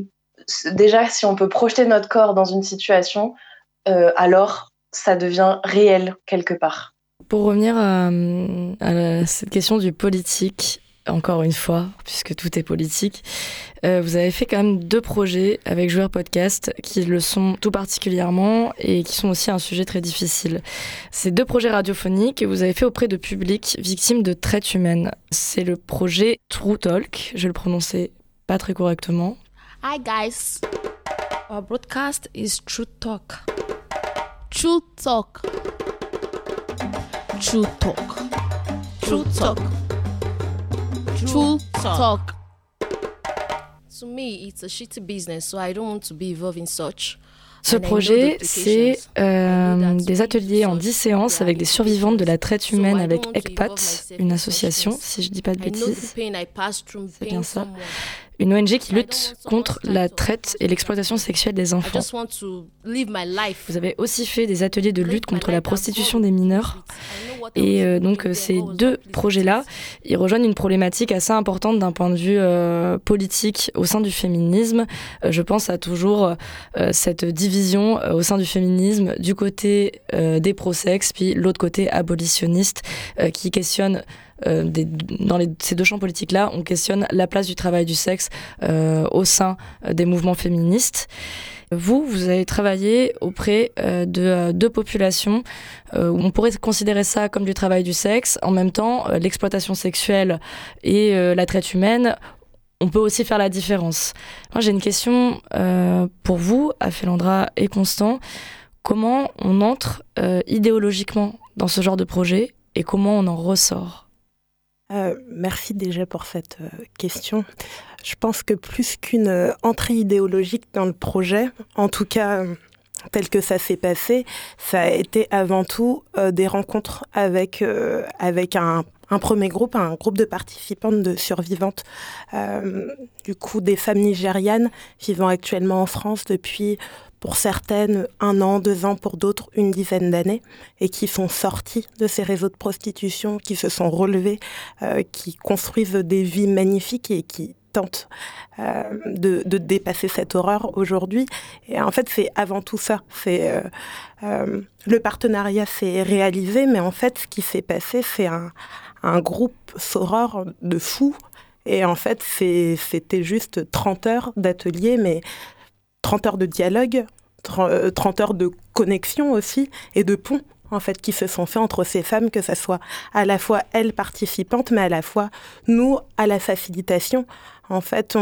Déjà, si on peut projeter notre corps dans une situation, alors ça devient réel quelque part. Pour revenir à cette question du politique, encore une fois, puisque tout est politique, vous avez fait quand même 2 projets avec Joueur Podcast qui le sont tout particulièrement et qui sont aussi un sujet très difficile. Ces 2 projets radiophoniques que vous avez fait auprès de publics victimes de traite humaine. C'est le projet True Talk, je vais le prononcer pas très correctement. Hi guys, our broadcast is True Talk. True Talk. True Talk. True Talk. True Talk. To me, it's a shitty business, so I don't want to be involved in such. Ce projet, c'est des ateliers en 10 séances avec des survivantes de la traite humaine avec ECPAT, une association, si je dis pas de bêtises. C'est bien ça. Une ONG qui lutte contre la traite et l'exploitation sexuelle des enfants. Vous avez aussi fait des ateliers de lutte contre la prostitution des mineurs. Et donc ces 2 projets-là, ils rejoignent une problématique assez importante d'un point de vue politique au sein du féminisme. Je pense à toujours cette division au sein du féminisme du côté des pro-sexe, puis l'autre côté abolitionniste qui questionne ces 2 champs politiques-là, on questionne la place du travail du sexe au sein des mouvements féministes. Vous avez travaillé auprès de 2 populations où on pourrait considérer ça comme du travail du sexe. En même temps, l'exploitation sexuelle et la traite humaine, on peut aussi faire la différence. Moi, j'ai une question pour vous, Afelandra et Constant. Comment on entre idéologiquement dans ce genre de projet et comment on en ressort ? Merci déjà pour cette question. Je pense que plus qu'une entrée idéologique dans le projet, en tout cas tel que ça s'est passé, ça a été avant tout des rencontres avec un premier groupe, un groupe de participantes, de survivantes, du coup des femmes nigérianes vivant actuellement en France depuis, pour certaines, 1 an, 2 ans, pour d'autres, une dizaine d'années, et qui sont sorties de ces réseaux de prostitution, qui se sont relevées, qui construisent des vies magnifiques et qui tentent de dépasser cette horreur aujourd'hui. Et en fait, c'est avant tout ça. Le partenariat s'est réalisé, mais en fait, ce qui s'est passé, c'est un groupe soror de fous. Et en fait, c'était juste 30 heures d'atelier, mais 30 heures de dialogue, 30 heures de connexion aussi, et de pont, en fait, qui se sont faits entre ces femmes, que ce soit à la fois elles participantes, mais à la fois nous, à la facilitation. En fait,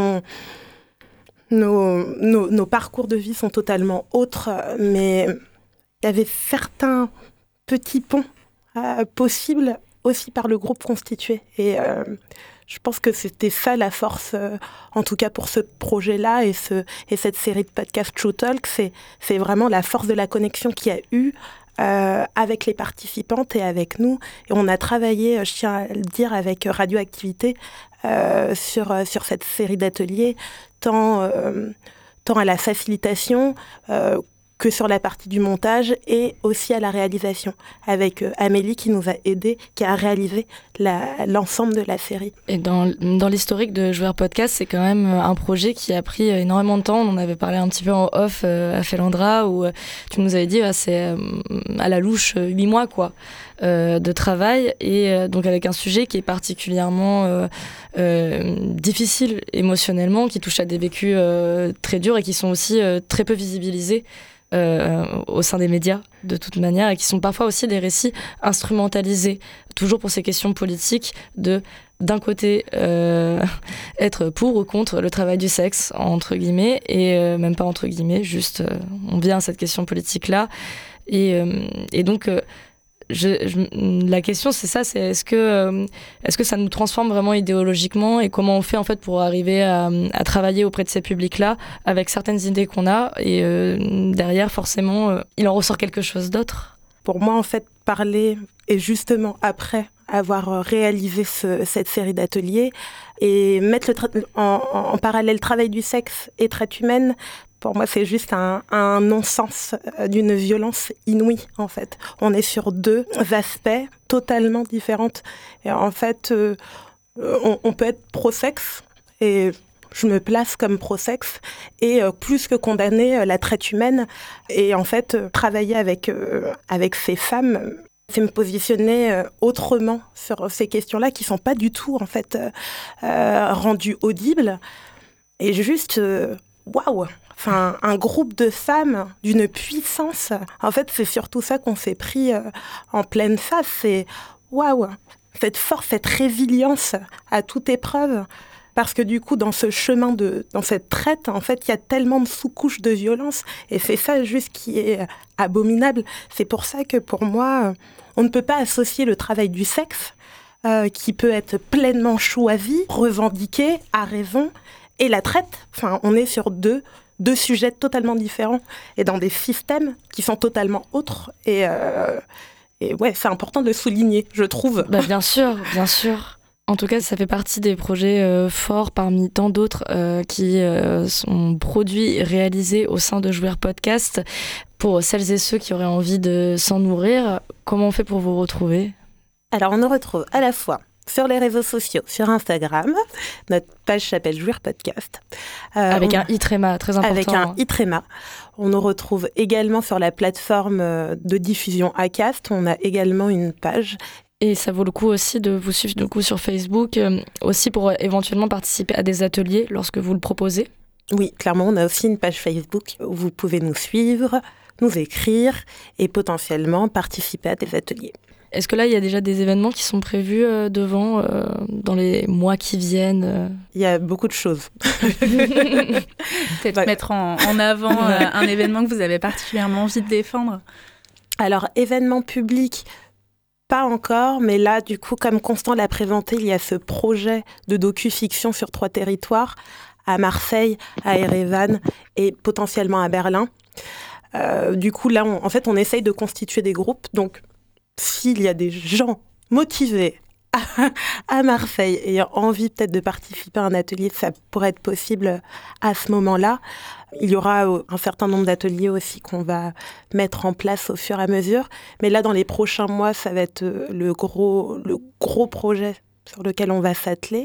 nos parcours de vie sont totalement autres, mais il y avait certains petits ponts possibles aussi par le groupe constitué. Et je pense que c'était ça la force, en tout cas pour ce projet-là et cette série de podcasts True Talk, c'est vraiment la force de la connexion qu'il y a eu avec les participantes et avec nous. Et on a travaillé, je tiens à le dire, avec Radioactivité sur cette série d'ateliers, tant à la facilitation que sur la partie du montage et aussi à la réalisation, avec Amélie qui nous a aidés, qui a réalisé l'ensemble de la série. Et dans l'historique de Joueur Podcast, c'est quand même un projet qui a pris énormément de temps. On en avait parlé un petit peu en off à Félandra, où tu nous avais dit c'est à la louche 8 mois quoi, de travail, et donc avec un sujet qui est particulièrement difficile émotionnellement, qui touche à des vécus très durs et qui sont aussi très peu visibilisés au sein des médias de toute manière, et qui sont parfois aussi des récits instrumentalisés, toujours pour ces questions politiques d'un côté être pour ou contre le travail du sexe, entre guillemets, et même pas entre guillemets, juste on vient à cette question politique là, et donc la question c'est ça, c'est est-ce que ça nous transforme vraiment idéologiquement, et comment on fait en fait pour arriver à travailler auprès de ces publics-là avec certaines idées qu'on a, et derrière forcément il en ressort quelque chose d'autre. Pour moi en fait, parler, et justement après avoir réalisé cette série d'ateliers et mettre en parallèle travail du sexe et traite humaine, pour moi, c'est juste un non-sens d'une violence inouïe, en fait. On est sur 2 aspects totalement différents. Et en fait, on peut être pro-sexe, et je me place comme pro-sexe, et plus que condamner la traite humaine. Et en fait, travailler avec ces femmes, c'est me positionner autrement sur ces questions-là, qui ne sont pas du tout, en fait, rendues audibles. Et juste, waouh! Enfin, un groupe de femmes d'une puissance. En fait, c'est surtout ça qu'on s'est pris en pleine face. C'est waouh, cette force, cette résilience à toute épreuve. Parce que du coup, dans ce chemin, dans cette traite, en fait, il y a tellement de sous-couches de violence. Et c'est ça juste qui est abominable. C'est pour ça que pour moi, on ne peut pas associer le travail du sexe, qui peut être pleinement choisi, revendiqué, à raison, et la traite. Enfin, on est sur deux sujets totalement différents et dans des systèmes qui sont totalement autres. Et ouais, c'est important de le souligner, je trouve. Bah, bien sûr, bien sûr. En tout cas, ça fait partie des projets forts parmi tant d'autres qui sont produits et réalisés au sein de Joueur Podcast. Pour celles et ceux qui auraient envie de s'en nourrir, comment on fait pour vous retrouver ? Alors, on nous retrouve à la fois sur les réseaux sociaux, sur Instagram. Notre page s'appelle Joueur Podcast. Avec un i-tréma, très important. Avec un i-tréma. On nous retrouve également sur la plateforme de diffusion Acast. On a également une page. Et ça vaut le coup aussi de vous suivre sur Facebook, aussi pour éventuellement participer à des ateliers lorsque vous le proposez. Oui, clairement, on a aussi une page Facebook où vous pouvez nous suivre, nous écrire et potentiellement participer à des ateliers. Est-ce que là, il y a déjà des événements qui sont prévus devant dans les mois qui viennent Il y a beaucoup de choses. Peut-être mettre en avant un événement que vous avez particulièrement envie de défendre. Alors, événement public, pas encore, mais là, du coup, comme Constant l'a présenté, il y a ce projet de docu-fiction sur 3 territoires, à Marseille, à Erevan et potentiellement à Berlin. Du coup, là, on essaye de constituer des groupes. Donc, s'il y a des gens motivés à Marseille ayant envie peut-être de participer à un atelier, ça pourrait être possible à ce moment-là. Il y aura un certain nombre d'ateliers aussi qu'on va mettre en place au fur et à mesure. Mais là, dans les prochains mois, ça va être le gros projet sur lequel on va s'atteler.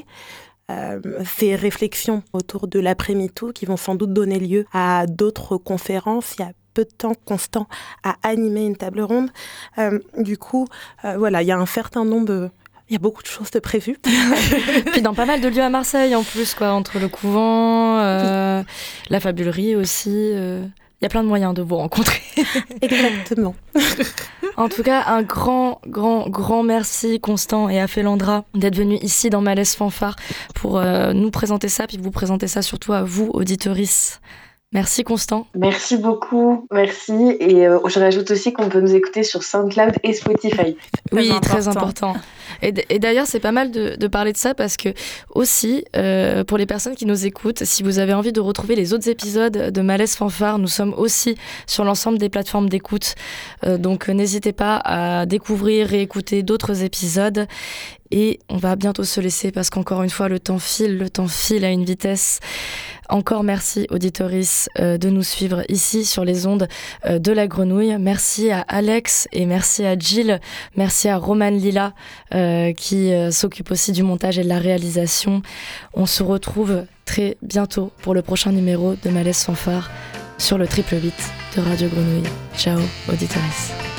Ces réflexions autour de l'après-MeToo qui vont sans doute donner lieu à d'autres conférences. Il y a peu de temps, Constant a animé une table ronde. Du coup, voilà, il y a un certain nombre il y a beaucoup de choses de prévues. Puis dans pas mal de lieux à Marseille en plus, quoi, entre le couvent, la fabulerie aussi. Il y a plein de moyens de vous rencontrer. Exactement. En tout cas, un grand merci Constant et à Félandra d'être venus ici dans Malaise Fanfare pour nous présenter ça, puis vous présenter ça surtout à vous, auditorices. Merci Constant. Merci beaucoup, merci. Et je rajoute aussi qu'on peut nous écouter sur SoundCloud et Spotify. Oui, très important. Et d'ailleurs, c'est pas mal de parler de ça parce que aussi, pour les personnes qui nous écoutent, si vous avez envie de retrouver les autres épisodes de Malaise Fanfare, nous sommes aussi sur l'ensemble des plateformes d'écoute. Donc n'hésitez pas à découvrir, réécouter d'autres épisodes. Et on va bientôt se laisser parce qu'encore une fois, le temps file à une vitesse. Encore merci, auditorices, de nous suivre ici sur les ondes de la Grenouille. Merci à Alex et merci à Jill. Merci à Romane Lila qui s'occupe aussi du montage et de la réalisation. On se retrouve très bientôt pour le prochain numéro de Malaise Fanfare sur le 888 de Radio Grenouille. Ciao, auditorices.